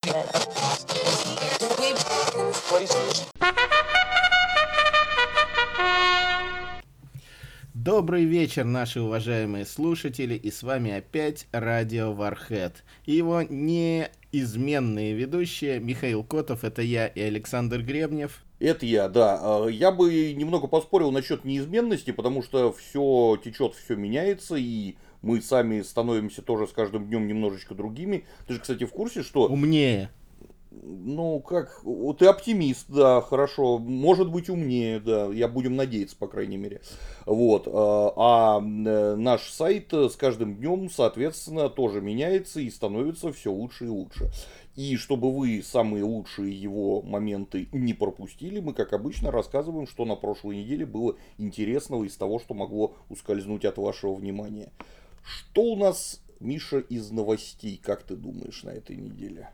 Добрый вечер, наши уважаемые слушатели, и с вами опять Радио Warhead и его неизменные ведущие Михаил Котов, это я, и Александр Гребнев. Это я, да. Я бы немного поспорил насчет неизменности, потому что все течет, все меняется, и мы сами становимся тоже с каждым днем немножечко другими. Ты же, кстати, в курсе, что... Умнее. Ну, как... Ты оптимист, да, хорошо. Может быть, умнее, да. Будем надеяться, по крайней мере. Вот. Наш сайт с каждым днем, соответственно, тоже меняется и становится все лучше и лучше. И чтобы вы самые лучшие его моменты не пропустили, мы, как обычно, рассказываем, что на прошлой неделе было интересного из того, что могло ускользнуть от вашего внимания. Что у нас, Миша, из новостей, как ты думаешь, на этой неделе?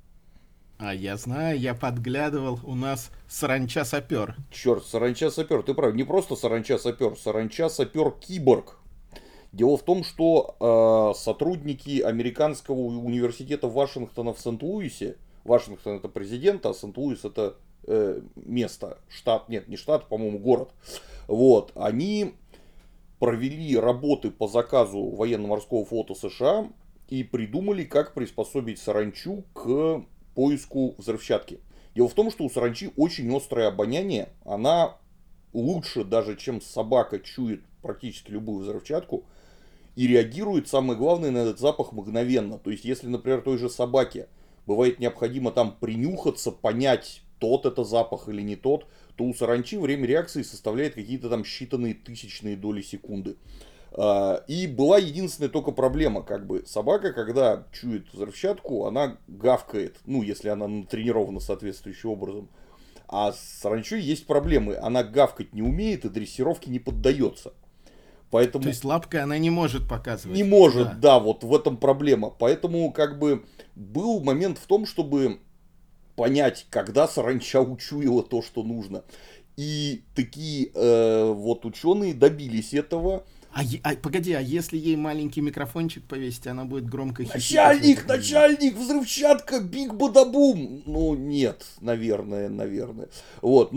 Я знаю, я подглядывал, у нас саранча-сапер. Черт, саранча-сапер, ты прав, не просто саранча-сапер, саранча-сапер-киборг. Дело в том, что сотрудники американского университета Вашингтона в Сент-Луисе, Вашингтон это президент, а Сент-Луис это место, штат, нет, не штат, по-моему, город. Вот, они провели работы по заказу военно-морского флота США и придумали, как приспособить саранчу к поиску взрывчатки. Дело в том, что у саранчи очень острое обоняние, она лучше даже, чем собака, чует практически любую взрывчатку и реагирует, самое главное, на этот запах мгновенно. То есть, если, например, той же собаке бывает необходимо там принюхаться, понять, тот это запах или не тот, то у саранчи время реакции составляет какие-то там считанные тысячные доли секунды. И была единственная только проблема, собака, когда чует взрывчатку, она гавкает, ну, если она натренирована соответствующим образом. А с саранчой есть проблемы, она гавкать не умеет и дрессировке не поддается. Поэтому... То есть лапкой она не может показывать. Не может, да, вот в этом проблема. Поэтому был момент в том, чтобы понять, когда саранча учуяла то, что нужно. И такие ученые добились этого. Погоди, а если ей маленький микрофончик повесить, она будет громко хихикать? Начальник, взрывчатка, биг-бадабум! Ну, нет, наверное. Вот,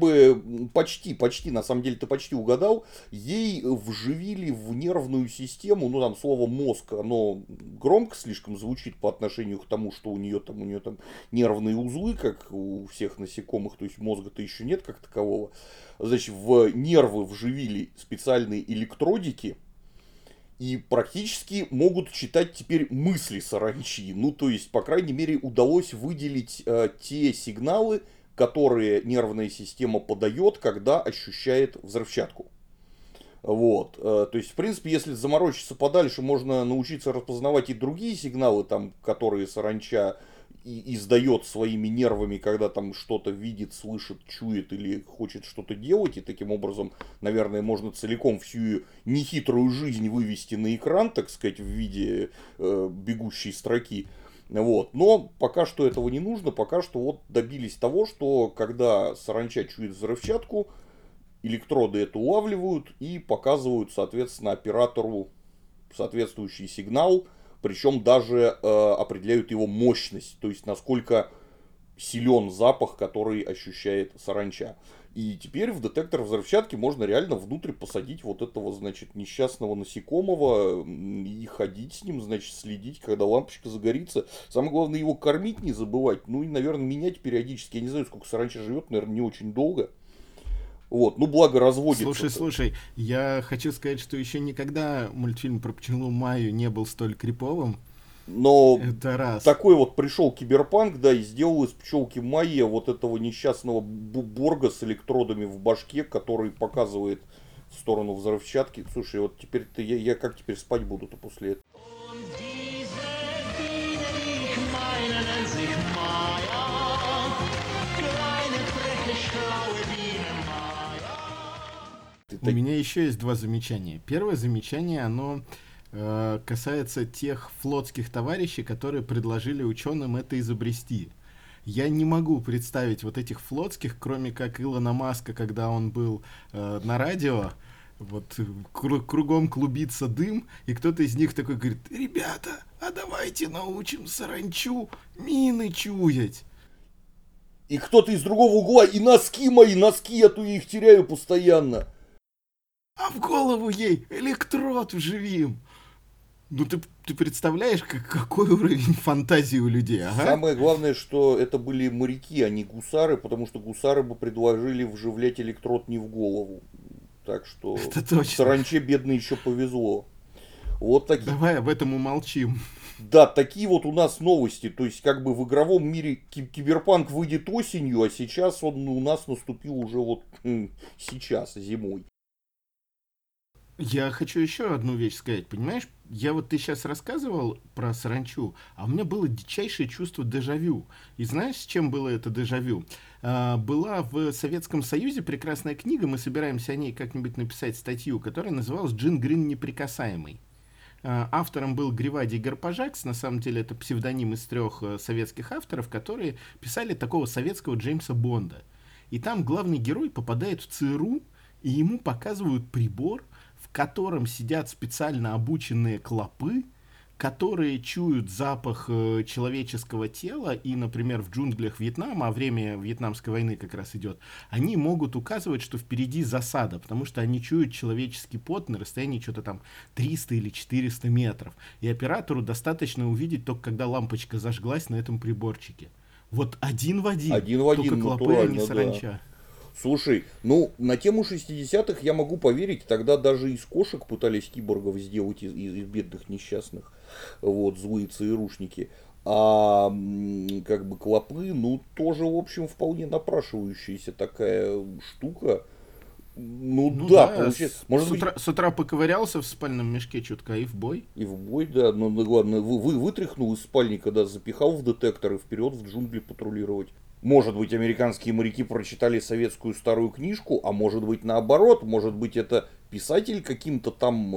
почти, на самом деле ты почти угадал. Ей вживили в нервную систему, слово мозг, оно громко слишком звучит по отношению к тому, что у нее там нервные узлы, как у всех насекомых, то есть мозга-то еще нет как такового. Значит, в нервы вживили специальные электродики и практически могут читать теперь мысли саранчи. Ну, то есть, по крайней мере, удалось выделить те сигналы, которые нервная система подает, когда ощущает взрывчатку. Вот. То есть, в принципе, если заморочиться подальше, можно научиться распознавать и другие сигналы, которые саранча издает своими нервами, когда там что-то видит, слышит, чует или хочет что-то делать. И таким образом, наверное, можно целиком всю нехитрую жизнь вывести на экран, так сказать, в виде бегущей строки. Вот. Но пока что этого не нужно, пока что добились того, что когда саранча чует взрывчатку, электроды это улавливают и показывают, соответственно, оператору соответствующий сигнал. Причем даже определяют его мощность, то есть насколько силен запах, который ощущает саранча. И теперь в детектор взрывчатки можно реально внутрь посадить этого, несчастного насекомого и ходить с ним, следить, когда лампочка загорится. Самое главное, его кормить не забывать, ну и, наверное, менять периодически. Я не знаю, сколько саранча живет, наверное, не очень долго. Вот, благо разводится. Слушай, я хочу сказать, что еще никогда мультфильм про пчелу Майю не был столь криповым. Но это раз. Такой пришел киберпанк, да, и сделал из пчелки Майи этого несчастного борга с электродами в башке, который показывает в сторону взрывчатки. Слушай, теперь я как теперь спать буду-то после этого? У меня еще есть два замечания. Первое замечание, оно касается тех флотских товарищей, которые предложили ученым это изобрести. Я не могу представить этих флотских, кроме как Илона Маска, когда он был на радио, кругом клубится дым, и кто-то из них такой говорит: ребята, а давайте научим саранчу мины чуять. И кто-то из другого угла, и носки мои, носки, я то их теряю постоянно. А в голову ей электрод вживим. Ну ты представляешь, какой уровень фантазии у людей, ага? Самое главное, что это были моряки, а не гусары, потому что гусары бы предложили вживлять электрод не в голову. Так что Это точно. саранче бедно еще повезло. Вот такие. Давай об этом умолчим. Да, такие вот у нас новости. То есть, как бы в игровом мире Киберпанк выйдет осенью, а сейчас он у нас наступил уже вот сейчас, зимой. Я хочу еще одну вещь сказать, понимаешь? Ты сейчас рассказывал про саранчу, а у меня было дичайшее чувство дежавю. И знаешь, с чем было это дежавю? Была в Советском Союзе прекрасная книга, мы собираемся о ней как-нибудь написать статью, которая называлась «Джин Грин неприкасаемый». Автором был Гривадий Гарпажакс, на самом деле это псевдоним из 3 советских авторов, которые писали такого советского Джеймса Бонда. И там главный герой попадает в ЦРУ, и ему показывают прибор, в котором сидят специально обученные клопы, которые чуют запах человеческого тела, и, например, в джунглях Вьетнама, а время Вьетнамской войны как раз идет, они могут указывать, что впереди засада, потому что они чуют человеческий пот на расстоянии что-то там 300 или 400 метров. И оператору достаточно увидеть только, когда лампочка зажглась на этом приборчике. Вот один в один. Один в один, только клопы, а не натурально, саранча. да. Слушай, ну, на тему 60-х я могу поверить, тогда даже из кошек пытались киборгов сделать из бедных несчастных, вот, злые ЦРУшники. А как бы клопы, ну, тоже, в общем, вполне напрашивающаяся такая штука. Ну да, получается. Может быть, с утра поковырялся в спальном мешке чутка и в бой. и в бой, да, но главное, вытряхнул из спальника, да, запихал в детектор и вперед в джунгли патрулировать. Может быть, американские моряки прочитали советскую старую книжку, а может быть наоборот, может быть это писатель каким-то там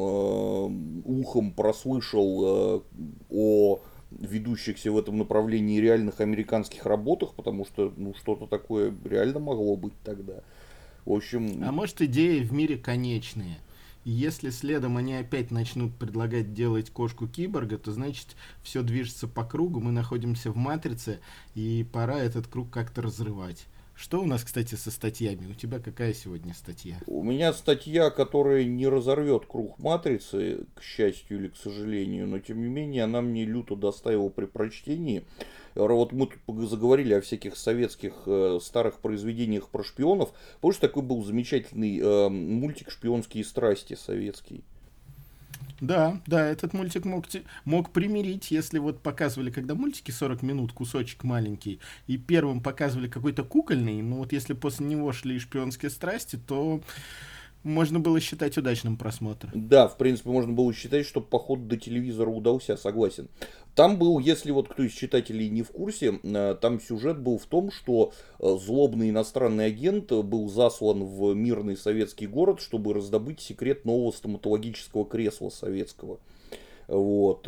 ухом прослышал о ведущихся в этом направлении реальных американских работах, потому что ну что-то такое реально могло быть тогда. В общем... А может, идеи в мире конечные. И если следом они опять начнут предлагать делать кошку-киборга, то значит все движется по кругу, мы находимся в матрице, и пора этот круг как-то разрывать. Что у нас, кстати, со статьями? У тебя какая сегодня статья? У меня статья, которая не разорвет круг матрицы, к счастью или к сожалению, но тем не менее она мне люто доставила при прочтении. Вот мы тут заговорили о всяких советских старых произведениях про шпионов. Помнишь, такой был замечательный мультик «Шпионские страсти» советский? Да, этот мультик мог примирить, если вот показывали, когда мультики 40 минут, кусочек маленький, и первым показывали какой-то кукольный, ну вот если после него шли шпионские страсти, то можно было считать удачным просмотр. Да, в принципе, можно было считать, что поход до телевизора удался, согласен. Там был, если вот кто из читателей не в курсе, там сюжет был в том, что злобный иностранный агент был заслан в мирный советский город, чтобы раздобыть секрет нового стоматологического кресла советского. Вот.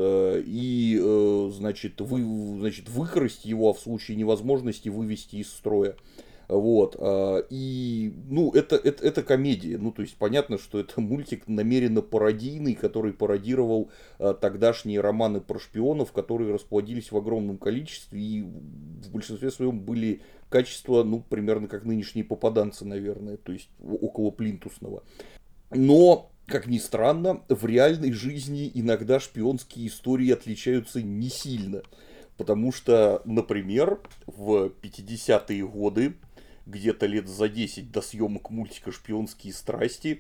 И, значит, выкрасть его, а в случае невозможности вывести из строя. Вот. И, ну, это комедия. Ну, то есть, понятно, что это мультик намеренно пародийный, который пародировал тогдашние романы про шпионов, которые расплодились в огромном количестве и в большинстве своем были качества, ну, примерно как нынешние попаданцы, наверное, то есть около плинтусного. Но, как ни странно, в реальной жизни иногда шпионские истории отличаются не сильно. Потому что, например, в 50-е годы, где-то лет за 10 до съемок мультика «Шпионские страсти»,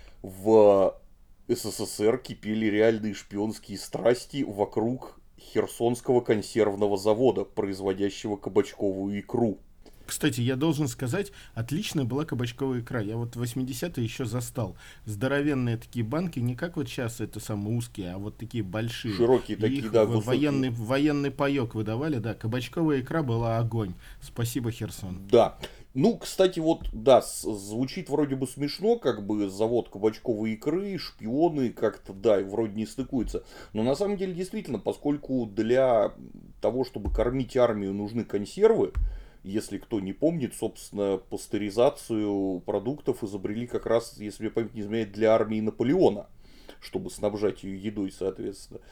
в СССР кипели реальные шпионские страсти вокруг Херсонского консервного завода, производящего кабачковую икру. Кстати, я должен сказать, отличная была кабачковая икра. Я вот в 80-е еще застал. Здоровенные такие банки, не как вот сейчас это самые узкие, а вот такие большие. Широкие такие, их да, военный паек выдавали, да. Кабачковая икра была огонь. Спасибо, Херсон. Да. Ну, кстати, вот, да, звучит вроде бы смешно, как бы завод кабачковой икры, шпионы, как-то, да, вроде не стыкуются. Но на самом деле, действительно, поскольку для того, чтобы кормить армию, нужны консервы, если кто не помнит, собственно, пастеризацию продуктов изобрели как раз, если мне память не изменяет, для армии Наполеона, чтобы снабжать ее едой, соответственно.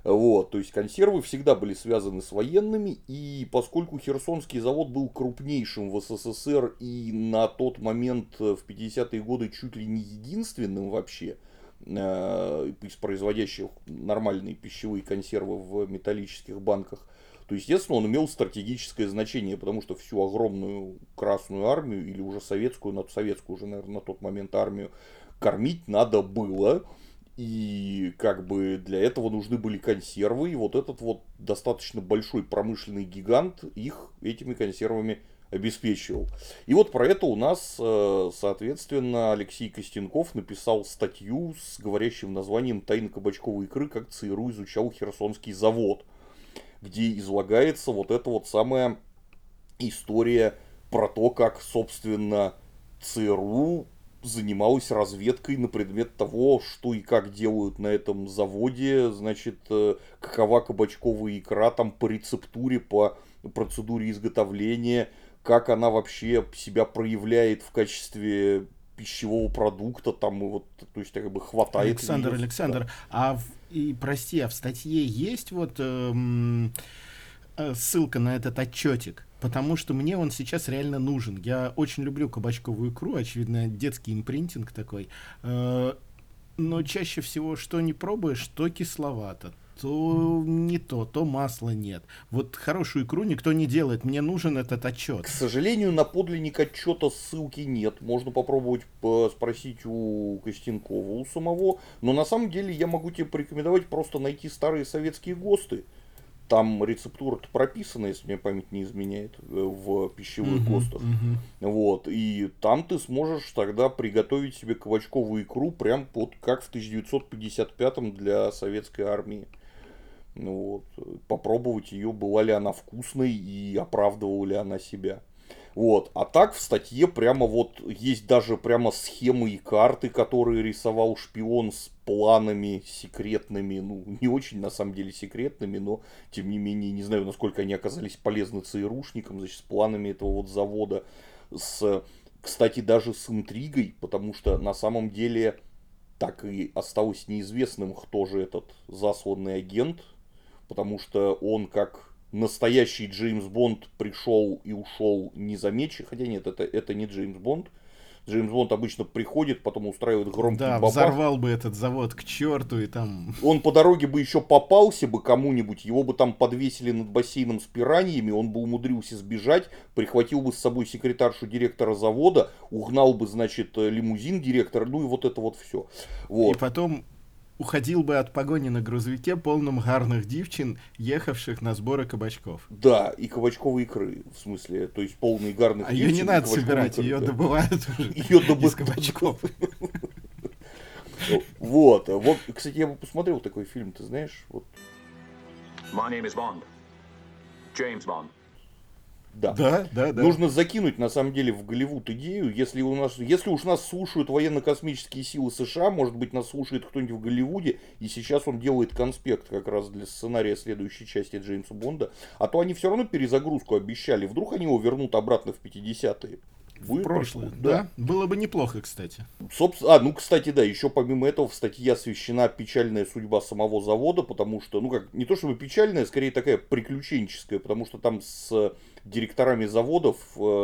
Вот, то есть консервы всегда были связаны с военными, и поскольку Херсонский завод был крупнейшим в СССР и на тот момент в 50-е годы чуть ли не единственным вообще из производящих нормальные пищевые консервы в металлических банках, то, естественно, он имел стратегическое значение, потому что всю огромную Красную Армию, или уже советскую уже, наверное, на тот момент армию, кормить надо было. И как бы для этого нужны были консервы. И вот этот вот достаточно большой промышленный гигант их этими консервами обеспечивал. И вот про это у нас, соответственно, Алексей Костенков написал статью с говорящим названием «Тайны кабачковой икры. Как ЦРУ изучал Херсонский завод», где излагается вот эта вот самая история про то, как, собственно, ЦРУ занималась разведкой на предмет того, что и как делают на этом заводе, значит, какова кабачковая икра там по рецептуре, по процедуре изготовления, как она вообще себя проявляет в качестве пищевого продукта, там, и вот, то есть, как бы хватает. Александр, прости, а в статье есть вот ссылка на этот отчетик? Потому что мне он сейчас реально нужен. Я очень люблю кабачковую икру, очевидно, детский импринтинг такой. Но чаще всего, что не пробуешь, то кисловато, то не то масла нет. Вот хорошую икру никто не делает. Мне нужен этот отчет. К сожалению, на подлинник отчета ссылки нет. Можно попробовать спросить у Костенкова, у самого. Но на самом деле я могу тебе порекомендовать просто найти старые советские ГОСТы. Там рецептура прописана, если мне память не изменяет, в пищевых ГОСТах. Вот. И там ты сможешь тогда приготовить себе кабачковую икру прям вот как в 1955-м для советской армии. Вот. Попробовать ее, была ли она вкусной и оправдывала ли она себя. Вот. А так в статье прямо вот есть даже прямо схемы и карты, которые рисовал шпион с планами секретными, ну не очень на самом деле секретными, но тем не менее не знаю, насколько они оказались полезны ЦРУшникам, значит, с планами этого вот завода, кстати, даже с интригой, потому что на самом деле так и осталось неизвестным, кто же этот засланный агент, потому что он как настоящий Джеймс Бонд пришел и ушел незамечен. Хотя нет, это не Джеймс Бонд. Джеймс Бонд обычно приходит, потом устраивает громкий бабах. Взорвал бы этот завод к черту и там... Он по дороге бы еще попался бы кому-нибудь, его бы там подвесили над бассейном с пираньями, он бы умудрился сбежать, прихватил бы с собой секретаршу директора завода, угнал бы, значит, лимузин директора, ну и вот это вот все. Вот. И потом уходил бы от погони на грузовике, полном гарных девчин, ехавших на сборы кабачков. Да, и кабачковой икры, в смысле, то есть полный гарных девчин. А ее не надо собирать, ее добывают ее из кабачков. Вот, кстати, я бы посмотрел такой фильм, ты знаешь, вот. My name is Bond. James Bond. Да. Нужно закинуть, на самом деле, в Голливуд идею. Если уж нас слушают военно-космические силы США, может быть, нас слушает кто-нибудь в Голливуде, и сейчас он делает конспект как раз для сценария следующей части Джеймса Бонда. А то они все равно перезагрузку обещали. Вдруг они его вернут обратно в 50-е. В прошлое, да. Было бы неплохо, кстати. Кстати, да, еще помимо этого в статье освещена печальная судьба самого завода, потому что, не то чтобы печальная, скорее такая приключенческая, потому что там с директорами заводов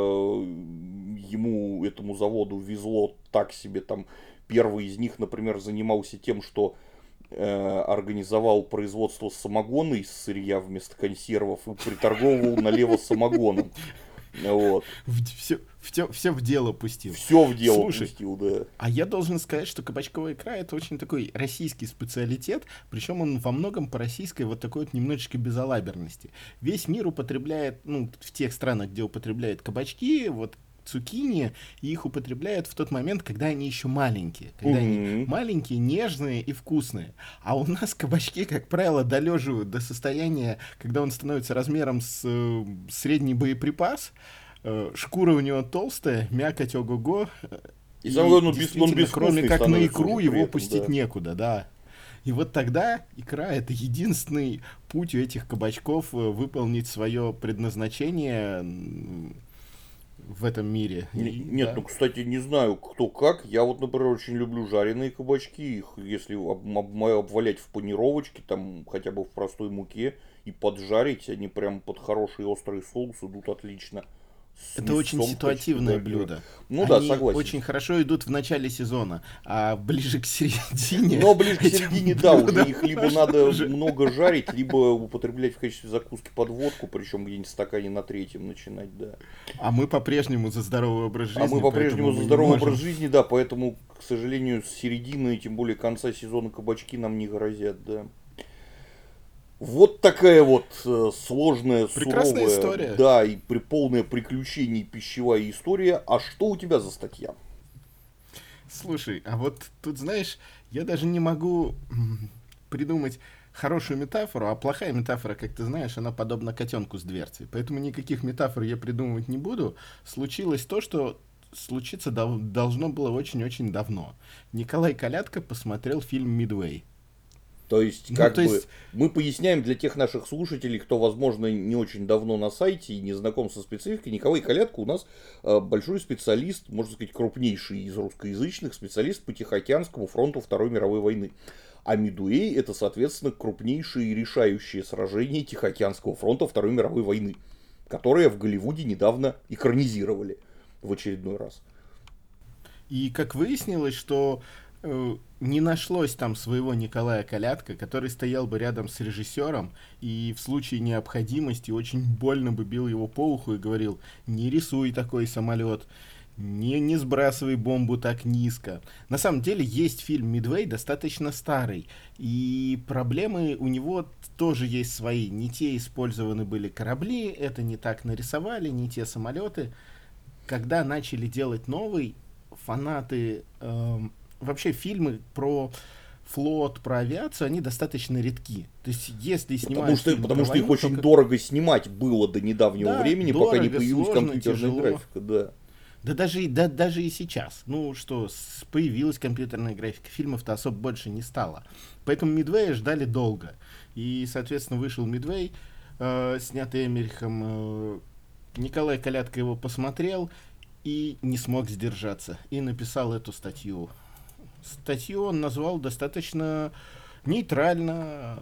этому заводу везло так себе, там первый из них, например, занимался тем, что организовал производство самогона из сырья вместо консервов и приторговывал налево самогоном. Вот. Все в дело пустил. Все в дело пустил, да. А я должен сказать, что кабачковая икра — это очень такой российский специалитет, причем он во многом по российской вот такой вот немножечко безалаберности. Весь мир употребляет, в тех странах, где употребляют кабачки, вот цукини, и их употребляют в тот момент, когда они еще маленькие. Когда они маленькие, нежные и вкусные. А у нас кабачки, как правило, долеживают до состояния, когда он становится размером с средний боеприпас. Шкура у него толстая, мякоть ого-го. И самое главное, он кроме как на икру его этом, пустить некуда, да. И вот тогда икра — это единственный путь у этих кабачков выполнить свое предназначение в этом мире. Нет, Да. ну, кстати, не знаю, кто как. Я вот, например, очень люблю жареные кабачки. Их, если обвалять в панировочке, там, хотя бы в простой муке, и поджарить, они прям под хороший острый соус идут отлично. С Это очень мясцом в качестве ситуативное гарнира. блюдо. Ну да, Они согласен. очень хорошо идут в начале сезона, а ближе к середине... Но ближе к эти середине, да, уже блюда их либо надо много жарить, либо употреблять в качестве закуски под водку, причем где-нибудь в стакане на третьем начинать, да. А мы по-прежнему за здоровый образ жизни. А мы по-прежнему поэтому за мы не здоровый можем. образ жизни, да, поэтому, к сожалению, с середины, тем более конца сезона кабачки нам не грозят, да. Вот такая вот сложная, Прекрасная суровая, история. да, и полная приключений пищевая история. А что у тебя за статья? Слушай, а вот тут, знаешь, я даже не могу придумать хорошую метафору, а плохая метафора, как ты знаешь, она подобна котенку с дверцей. Поэтому никаких метафор я придумывать не буду. Случилось то, что случиться должно было очень-очень давно. Николай Калятко посмотрел фильм «Мидвей». То есть, Ну, как то бы, есть, мы поясняем для тех наших слушателей, кто, возможно, не очень давно на сайте и не знаком со спецификой. Николай Калятко у нас большой специалист, можно сказать, крупнейший из русскоязычных, специалист по Тихоокеанскому фронту Второй мировой войны. А Мидуэй — это, соответственно, крупнейшее и решающее сражение Тихоокеанского фронта Второй мировой войны, которое в Голливуде недавно экранизировали в очередной раз. и как выяснилось, что не нашлось там своего Николая Калятко, который стоял бы рядом с режиссером и в случае необходимости очень больно бы бил его по уху и говорил: не рисуй такой самолет, не сбрасывай бомбу так низко. На самом деле есть фильм «Мидвей», достаточно старый, и проблемы у него тоже есть свои. Не те использованы были корабли, это не так нарисовали, не те самолеты. Когда начали делать новый, фанаты... вообще фильмы про флот, про авиацию, они достаточно редки. То есть, если снимают фильм Потому про что их войну, очень то дорого снимать было до недавнего да, времени, пока не дорого, появилась сложно, компьютерная тяжело. графика, да. Даже и сейчас. Ну что, появилась компьютерная графика, фильмов-то особо больше не стало. Поэтому «Мидвея» ждали долго. И, соответственно, вышел «Мидвей», снятый Эмерихом. Николай Калятко его посмотрел и не смог сдержаться. И написал эту статью. Статью он назвал достаточно нейтрально: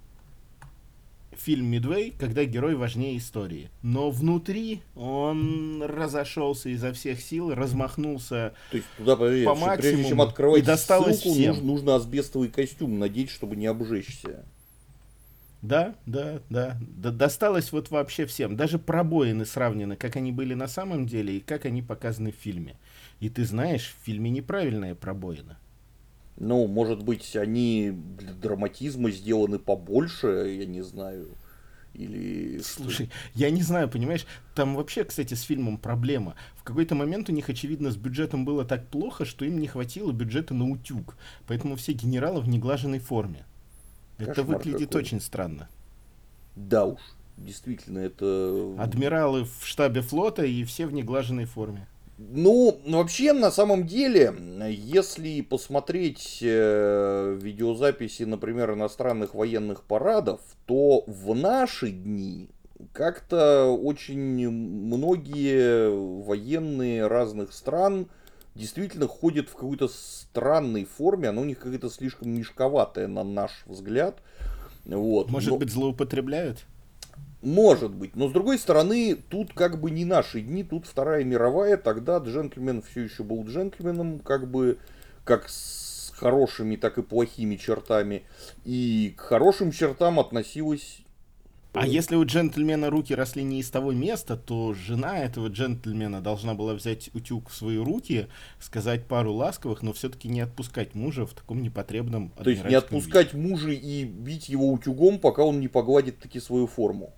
фильм «Мидвей», когда герой важнее истории. Но внутри он разошелся изо всех сил, размахнулся То есть туда, по прежде чем максимуму, и открывать досталось ссылку, всем. нужно асбестовый костюм надеть, чтобы не обжечься. Да. Досталось вот вообще всем. Даже пробоины сравнены, как они были на самом деле и как они показаны в фильме. И ты знаешь, в фильме неправильная пробоина. Ну, может быть, они для драматизма сделаны побольше, я не знаю. Или что? Слушай, я не знаю, понимаешь, там вообще, кстати, с фильмом проблема. В какой-то момент у них, очевидно, с бюджетом было так плохо, что им не хватило бюджета на утюг. Поэтому все генералы в неглаженной форме. Это Кошмар выглядит какой. очень странно. Да уж, действительно, это... Адмиралы в штабе флота и все в неглаженной форме. Ну, вообще, на самом деле, если посмотреть видеозаписи, например, иностранных военных парадов, то в наши дни как-то очень многие военные разных стран действительно ходят в какой-то странной форме, она у них какая-то слишком мешковатая, на наш взгляд. Вот. Может быть, злоупотребляют? Может быть, но с другой стороны, тут как бы не наши дни, тут Вторая мировая, тогда джентльмен все еще был джентльменом, как бы, как с хорошими, так и плохими чертами, и к хорошим чертам относилась... А если у джентльмена руки росли не из того места, то жена этого джентльмена должна была взять утюг в свои руки, сказать пару ласковых, но все-таки не отпускать мужа в таком непотребном То есть не адмиральском отпускать мужа и бить его утюгом, пока он не погладит таки свою форму.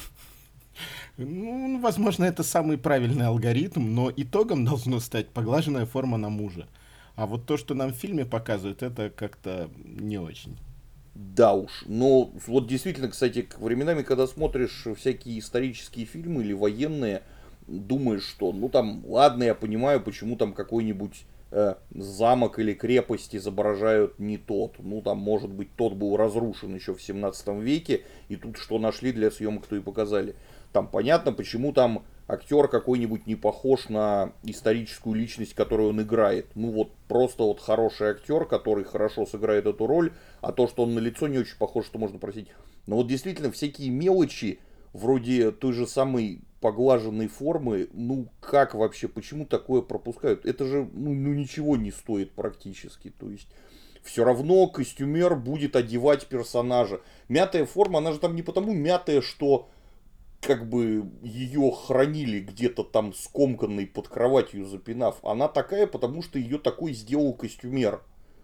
Ну, возможно, это самый правильный алгоритм, но итогом должно стать поглаженная форма на мужа. А вот то, что нам в фильме показывают, это как-то не очень. Да уж, но вот действительно, кстати, временами, когда смотришь всякие исторические фильмы или военные, думаешь, что, ну там, ладно, я понимаю, почему там какой-нибудь замок или крепость изображают не тот. Ну там, может быть, тот был разрушен еще в 17 веке, и тут что нашли для съемок, то и показали. Там понятно, почему там актер какой-нибудь не похож на историческую личность, которую он играет. Ну вот просто вот хороший актер, который хорошо сыграет эту роль, а то, что он на лицо не очень похож, что можно просить. Но вот действительно всякие мелочи, вроде той же самой поглаженной формы, ну как вообще, почему такое пропускают? Это же ну ничего не стоит практически, то есть... Все равно костюмер будет одевать персонажа. Мятая форма, она же там не потому мятая, что как бы ее хранили где-то там скомканной под кроватью запинав. Она такая, потому что ее такой сделал костюмер.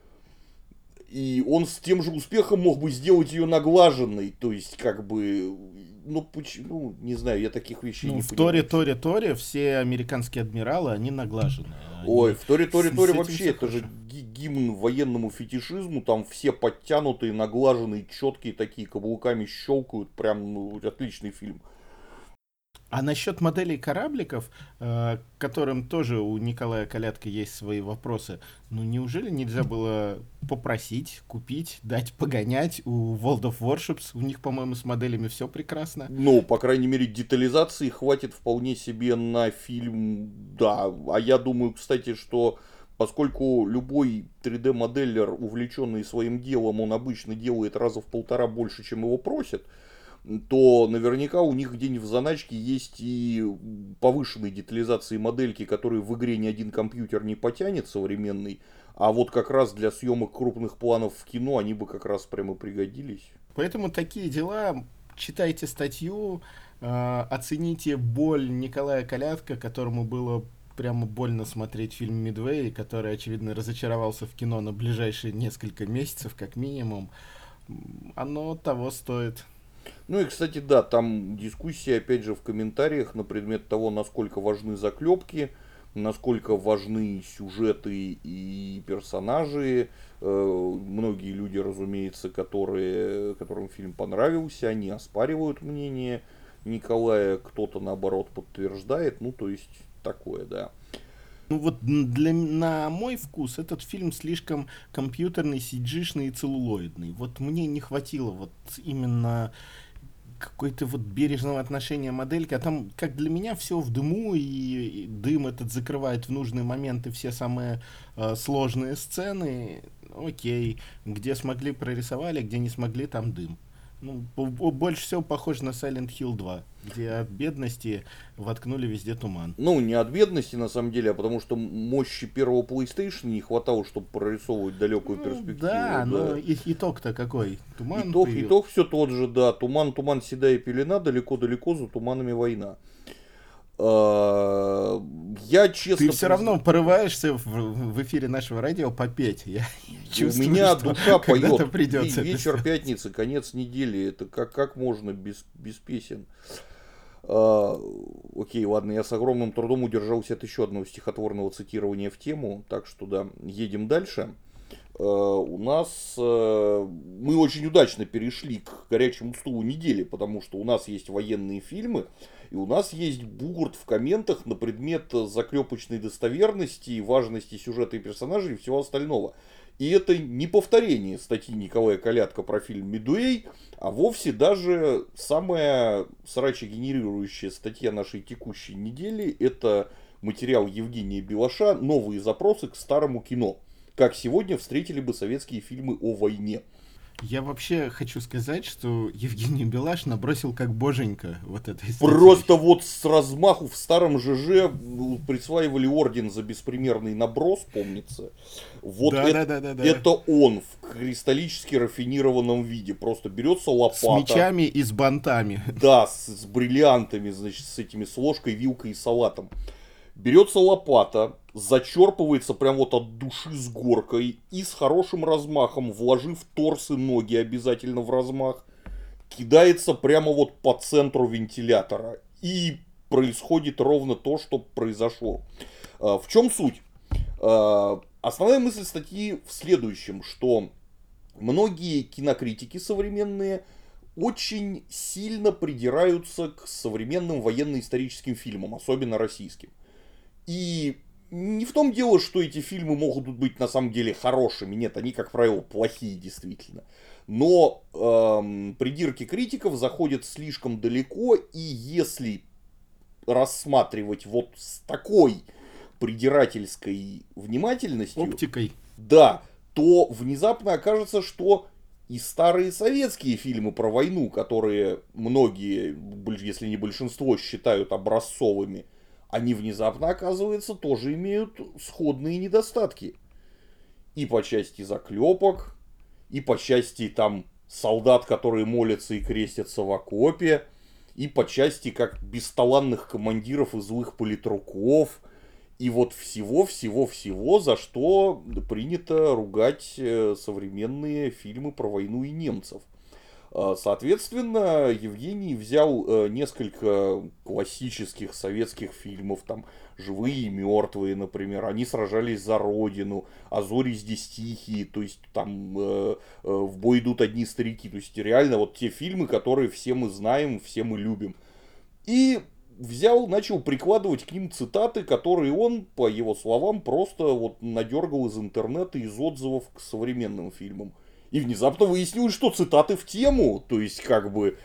И он с тем же успехом мог бы сделать ее наглаженной. То есть, как бы, ну, почему, не знаю, я таких вещей не понимаю. В Торе все американские адмиралы, они наглажены. Ой, в Торе вообще, все это же гимн военному фетишизму, там все подтянутые, наглаженные, четкие такие, каблуками щелкают, прям, ну, отличный фильм. А насчет моделей корабликов, которым тоже у Николая Калятка есть свои вопросы, ну неужели нельзя было попросить, купить, дать погонять у World of Warships? У них, по-моему, с моделями все прекрасно. Ну, по крайней мере, детализации хватит вполне себе на фильм, да. А я думаю, кстати, что поскольку любой 3D-моделлер, увлеченный своим делом, он обычно делает раза в полтора больше, чем его просят, то наверняка у них где-нибудь в заначке есть и повышенные детализации модельки, которые в игре ни один компьютер не потянет современный, а вот как раз для съемок крупных планов в кино они бы как раз прямо пригодились. Поэтому такие дела, читайте статью, оцените боль Николая Калятка, которому было прямо больно смотреть фильм «Мидвей», который, очевидно, разочаровался в кино на ближайшие несколько месяцев, как минимум. Оно того стоит. Ну и, кстати, да, там дискуссия, опять же, в комментариях на предмет того, насколько важны заклепки, насколько важны сюжеты и персонажи. Многие люди, разумеется, которым фильм понравился, они оспаривают мнение Николая, кто-то, наоборот, подтверждает. Ну, то есть, такое, да. Ну вот на мой вкус этот фильм слишком компьютерный, CG-шный и целлулоидный. Вот мне не хватило вот именно какой-то вот бережного отношения модельки, а там, как для меня, все в дыму, и дым этот закрывает в нужные моменты все самые сложные сцены. Окей, где смогли, прорисовали, где не смогли, там дым. Ну, больше всего похоже на Silent Hill 2, где от бедности воткнули везде туман. Ну, не от бедности, на самом деле, а потому что мощи первого PlayStation не хватало, чтобы прорисовывать далекую перспективу. Да, но итог-то какой? Туман Итог все тот же, да. Туман, седая пелена, далеко-далеко за туманами война. Я честно... Ты все равно порываешься в эфире нашего радио попеть. Я чувствую, у меня что душа когда-то поет. придется. Вечер пятницы, конец недели. Это как можно без песен? Окей, ладно, я с огромным трудом удержался от еще одного стихотворного цитирования в тему. Так что да, едем дальше. У нас мы очень удачно перешли к горячему стулу недели, потому что у нас есть военные фильмы, и у нас есть бугурт в комментах на предмет заклепочной достоверности, важности сюжета и персонажей и всего остального. И это не повторение статьи Николая Калятка про фильм «Мидуэй», а вовсе даже самая срачегенерирующая статья нашей текущей недели. Это материал Евгения Белаша «Новые запросы к старому кино. Как сегодня встретили бы советские фильмы о войне». Я вообще хочу сказать, что Евгений Белаш набросил как боженька вот этой статьи. Просто вот с размаху в старом ЖЖ присваивали орден за беспримерный наброс, помнится. Вот да. это он в кристаллически рафинированном виде. Просто берется лопата. С мечами и с бантами. Да, с бриллиантами, значит, с этими, с ложкой, вилкой и салатом. Берется лопата, зачерпывается прям вот от души с горкой и с хорошим размахом, вложив торс и ноги обязательно в размах, кидается прямо вот по центру вентилятора. И происходит ровно то, что произошло. В чем суть? Основная мысль статьи в следующем, что многие кинокритики современные очень сильно придираются к современным военно-историческим фильмам, особенно российским. И не в том дело, что эти фильмы могут быть на самом деле хорошими. Нет, они, как правило, плохие действительно. Но придирки критиков заходят слишком далеко, и если рассматривать вот с такой придирательской внимательностью, Оптикой. да, то внезапно окажется, что и старые советские фильмы про войну, которые многие, если не большинство, считают образцовыми, они внезапно, оказывается, тоже имеют сходные недостатки. И по части заклепок, и по части там солдат, которые молятся и крестятся в окопе, и по части как бесталанных командиров и злых политруков, и вот всего-всего-всего, за что принято ругать современные фильмы про войну и немцев. Соответственно, Евгений взял несколько классических советских фильмов, там «Живые и мертвые», например, они сражались за родину, «А зори здесь тихие», то есть там «В бой идут одни старики», то есть реально вот те фильмы, которые все мы знаем, все мы любим. И взял, начал прикладывать к ним цитаты, которые он, по его словам, просто вот надергал из интернета, из отзывов к современным фильмам. И внезапно выяснилось, что цитаты в тему, то есть как бы,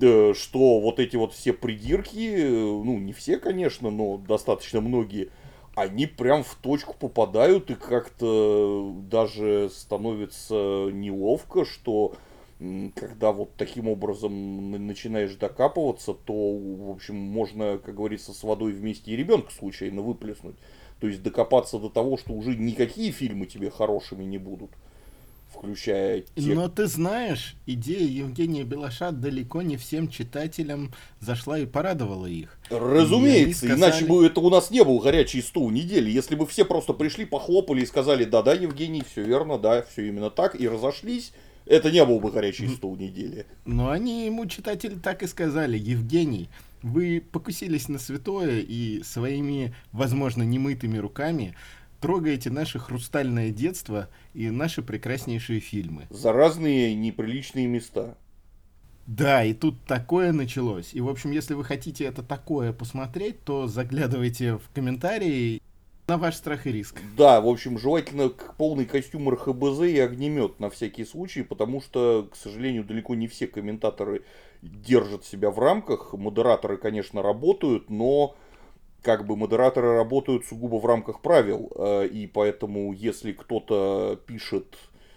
что вот эти вот все придирки, ну не все, конечно, но достаточно многие, они прям в точку попадают и как-то даже становится неловко, что когда вот таким образом начинаешь докапываться, то, в общем, можно, как говорится, с водой вместе и ребенка случайно выплеснуть. То есть докопаться до того, что уже никакие фильмы тебе хорошими не будут. Включая те... Но ты знаешь, идея Евгения Белаша далеко не всем читателям зашла и порадовала их. Разумеется, И они иначе сказали... бы это у нас не был горячий стул недели. Если бы все просто пришли, похлопали и сказали: да-да, Евгений, все верно, да, все именно так, и разошлись, это не был бы горячий стул недели. Но они ему, читатели, так и сказали: Евгений, вы покусились на святое и своими, возможно, немытыми руками трогаете наше хрустальное детство и наши прекраснейшие фильмы. За разные неприличные места. Да, и тут такое началось. И, в общем, если вы хотите это такое посмотреть, то заглядывайте в комментарии на ваш страх и риск. Да, в общем, желательно полный костюм РХБЗ и огнемет на всякий случай, потому что, к сожалению, далеко не все комментаторы держат себя в рамках. Модераторы, конечно, работают, но как бы модераторы работают сугубо в рамках правил. И поэтому, если кто-то пишет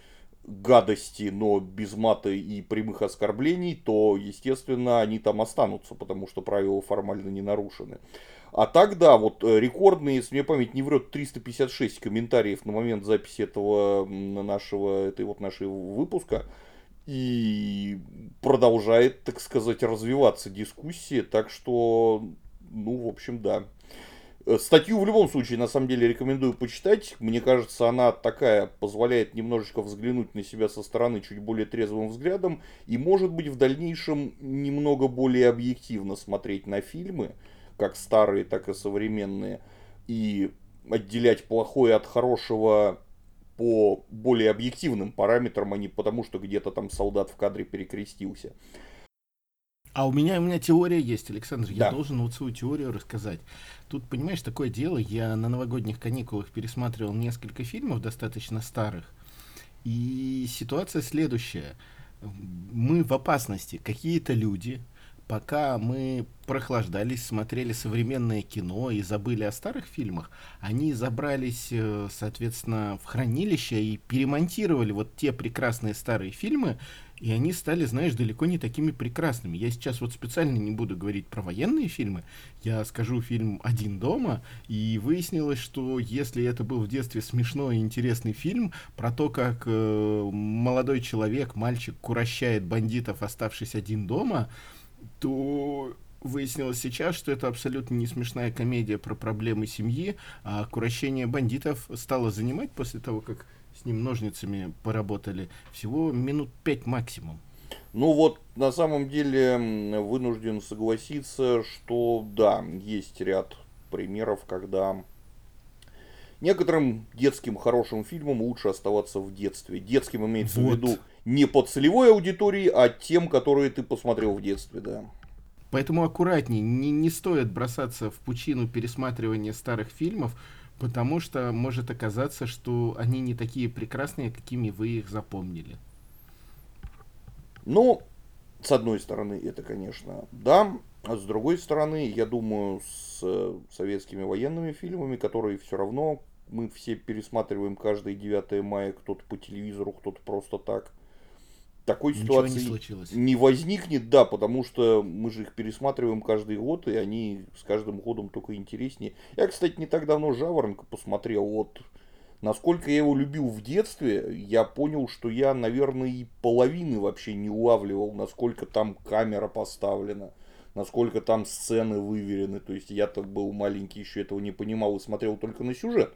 гадости, но без мата и прямых оскорблений, то, естественно, они там останутся, потому что правила формально не нарушены. А так, да, вот рекордные, если мне память не врет, 356 комментариев на момент записи этого нашего выпуска. И продолжает, так сказать, развиваться дискуссия, так что, ну, в общем, да. Статью в любом случае, на самом деле, рекомендую почитать. Мне кажется, она такая, позволяет немножечко взглянуть на себя со стороны чуть более трезвым взглядом. И, может быть, в дальнейшем немного более объективно смотреть на фильмы, как старые, так и современные. И отделять плохое от хорошего по более объективным параметрам, а не потому, что где-то там солдат в кадре перекрестился. А у меня теория есть, Александр, Да. я должен вот свою теорию рассказать. Тут, понимаешь, такое дело, я на новогодних каникулах пересматривал несколько фильмов достаточно старых, и ситуация следующая. Мы в опасности, какие-то люди, пока мы прохлаждались, смотрели современное кино и забыли о старых фильмах, они забрались, соответственно, в хранилище и перемонтировали вот те прекрасные старые фильмы, и они стали, знаешь, далеко не такими прекрасными. Я сейчас вот специально не буду говорить про военные фильмы, я скажу фильм «Один дома», и выяснилось, что если это был в детстве смешной и интересный фильм про то, как молодой человек, мальчик, курощает бандитов, оставшись один дома, то выяснилось сейчас, что это абсолютно не смешная комедия про проблемы семьи, а курощение бандитов стало занимать после того, как с ним ножницами поработали, всего минут 5 максимум. Ну вот, на самом деле, вынужден согласиться, что да, есть ряд примеров, когда некоторым детским хорошим фильмам лучше оставаться в детстве. Детским имеется в виду не по целевой аудитории, а тем, которые ты посмотрел в детстве, да. Поэтому аккуратней, не стоит бросаться в пучину пересматривания старых фильмов, потому что может оказаться, что они не такие прекрасные, какими вы их запомнили. Ну, с одной стороны, это, конечно, да. А с другой стороны, я думаю, с советскими военными фильмами, которые все равно мы все пересматриваем каждое 9 мая, кто-то по телевизору, кто-то просто так. Такой Ничего не ситуации случилось. не возникнет, да, потому что мы же их пересматриваем каждый год, и они с каждым годом только интереснее. Я, кстати, не так давно «Жаворонка» посмотрел, вот насколько я его любил в детстве, я понял, что я, наверное, и половины вообще не улавливал, насколько там камера поставлена, насколько там сцены выверены. То есть я-то был маленький, еще этого не понимал и смотрел только на сюжет.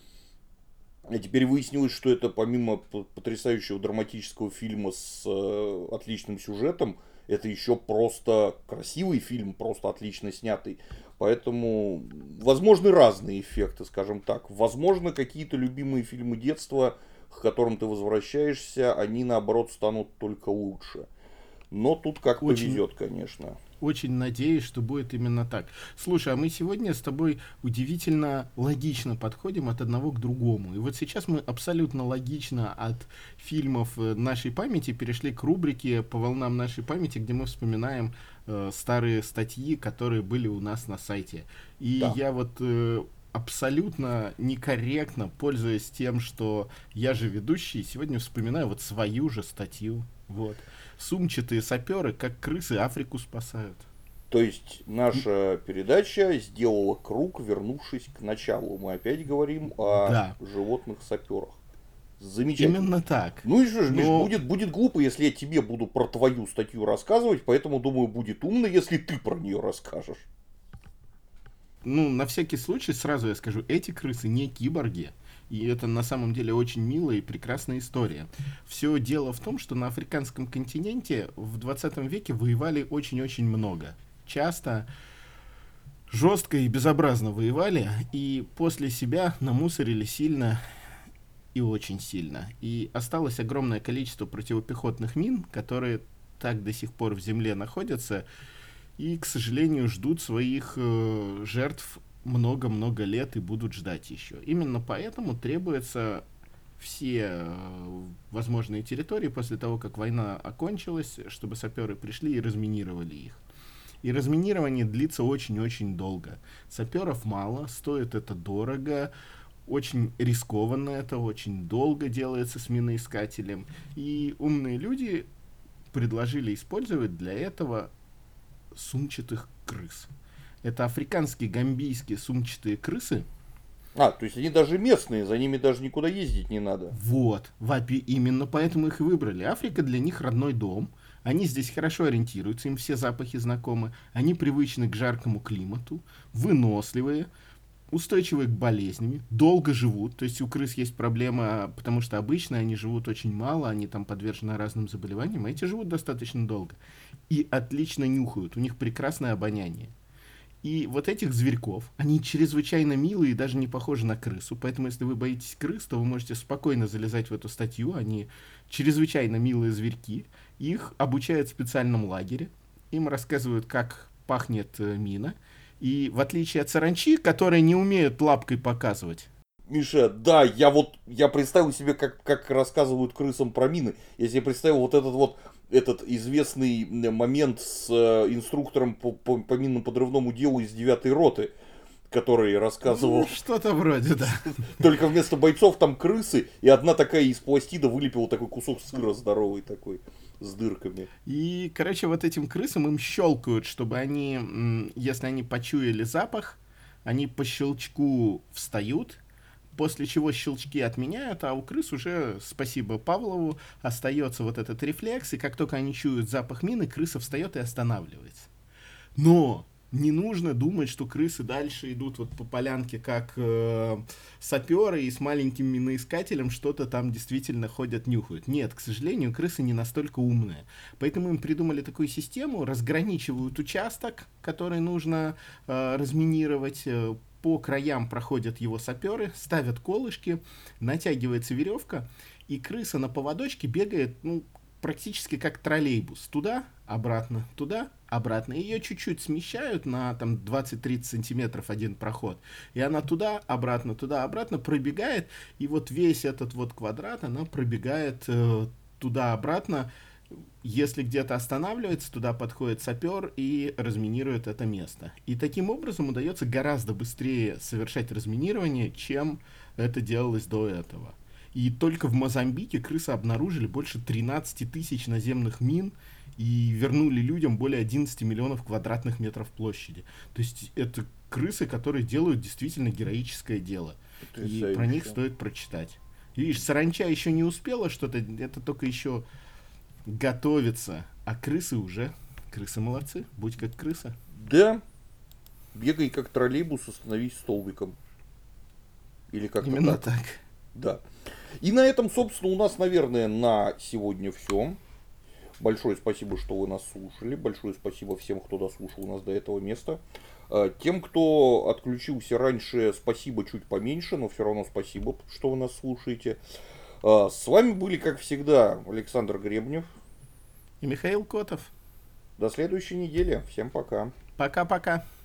А теперь выяснилось, что это помимо потрясающего драматического фильма с отличным сюжетом, это еще просто красивый фильм, просто отлично снятый. Поэтому возможны разные эффекты, скажем так. Возможно, какие-то любимые фильмы детства, к которым ты возвращаешься, они наоборот станут только лучше. Но тут как Очень, повезет, конечно. очень надеюсь, что будет именно так. Слушай, а мы сегодня с тобой удивительно логично подходим от одного к другому. И вот сейчас мы абсолютно логично от фильмов нашей памяти перешли к рубрике «По волнам нашей памяти», где мы вспоминаем старые статьи, которые были у нас на сайте. И Да. я вот абсолютно некорректно, пользуясь тем, что я же ведущий, сегодня вспоминаю вот свою же статью. Вот. Сумчатые саперы, как крысы, Африку спасают. То есть наша передача сделала круг, вернувшись к началу. Мы опять говорим о Да, животных-саперах. Замечательно. именно так. Ну и что ж, Миш, Но, будет глупо, если я тебе буду про твою статью рассказывать, поэтому, думаю, будет умно, если ты про нее расскажешь. ну, на всякий случай сразу я скажу, эти крысы не киборги. И это на самом деле очень милая и прекрасная история. Все дело в том, что на африканском континенте в 20 веке воевали очень-очень много. Часто жестко и безобразно воевали, и после себя намусорили сильно и очень сильно. И осталось огромное количество противопехотных мин, которые так до сих пор в земле находятся и, к сожалению, ждут своих жертв много-много лет и будут ждать еще. Именно поэтому требуется все возможные территории после того, как война окончилась, чтобы саперы пришли и разминировали их. И разминирование длится очень-очень долго. Саперов мало, стоит это дорого, очень рискованно это, очень долго делается с миноискателем. И умные люди предложили использовать для этого сумчатых крыс. Это африканские гамбийские сумчатые крысы. То есть они даже местные, за ними даже никуда ездить не надо. Вот, Вапи, именно поэтому их и выбрали. Африка для них родной дом. Они здесь хорошо ориентируются, им все запахи знакомы. Они привычны к жаркому климату, выносливые, устойчивые к болезням, долго живут. То есть у крыс есть проблема, потому что обычно они живут очень мало, они там подвержены разным заболеваниям, а эти живут достаточно долго. И отлично нюхают, у них прекрасное обоняние. И вот этих зверьков, они чрезвычайно милые и даже не похожи на крысу. Поэтому, если вы боитесь крыс, то вы можете спокойно залезать в эту статью. Они чрезвычайно милые зверьки. Их обучают в специальном лагере. Им рассказывают, как пахнет мина. И в отличие от саранчи, которые не умеют лапкой показывать. Миша, да, я представил себе, как рассказывают крысам про мины. Я себе представил вот этот известный момент с инструктором по минно-подрывному делу из 9-й роты, который рассказывал, Ну, что-то вроде, да. только вместо бойцов там крысы, и одна такая из пластида вылепила такой кусок сыра здоровый такой, с дырками. И, короче, вот этим крысам им щелкают, чтобы они, если они почуяли запах, они по щелчку встают, после чего щелчки отменяют, а у крыс уже, спасибо Павлову, остается вот этот рефлекс, и как только они чуют запах мины, крыса встает и останавливается. Но не нужно думать, что крысы дальше идут вот по полянке как саперы и с маленьким миноискателем что-то там действительно ходят, нюхают. Нет, к сожалению, крысы не настолько умные. Поэтому им придумали такую систему, разграничивают участок, который нужно разминировать, по краям проходят его саперы, ставят колышки, натягивается веревка, и крыса на поводочке бегает, ну, практически как троллейбус. Туда, обратно. Ее чуть-чуть смещают на там 20-30 сантиметров один проход. И она туда, обратно пробегает. И вот весь этот вот квадрат она пробегает туда-обратно Если где-то останавливается, туда подходит сапер и разминирует это место. И таким образом удается гораздо быстрее совершать разминирование, чем это делалось до этого. И только в Мозамбике крысы обнаружили больше 13 тысяч наземных мин и вернули людям более 11 миллионов квадратных метров площади. То есть это крысы, которые делают действительно героическое дело. И про них стоит прочитать. И видишь, саранча еще не успела что-то, это только еще готовится. А крысы уже. Крысы молодцы, будь как крыса. Да. Бегай как троллейбус, остановись столбиком. Или как-то Именно так. так. Да. И на этом, собственно, у нас, наверное, на сегодня все. Большое спасибо, что вы нас слушали. Большое спасибо всем, кто дослушал нас до этого места. Тем, кто отключился раньше, спасибо чуть поменьше, но все равно спасибо, что вы нас слушаете. С вами были, как всегда, Александр Гребнев. И Михаил Котов. До следующей недели. Всем пока. Пока-пока.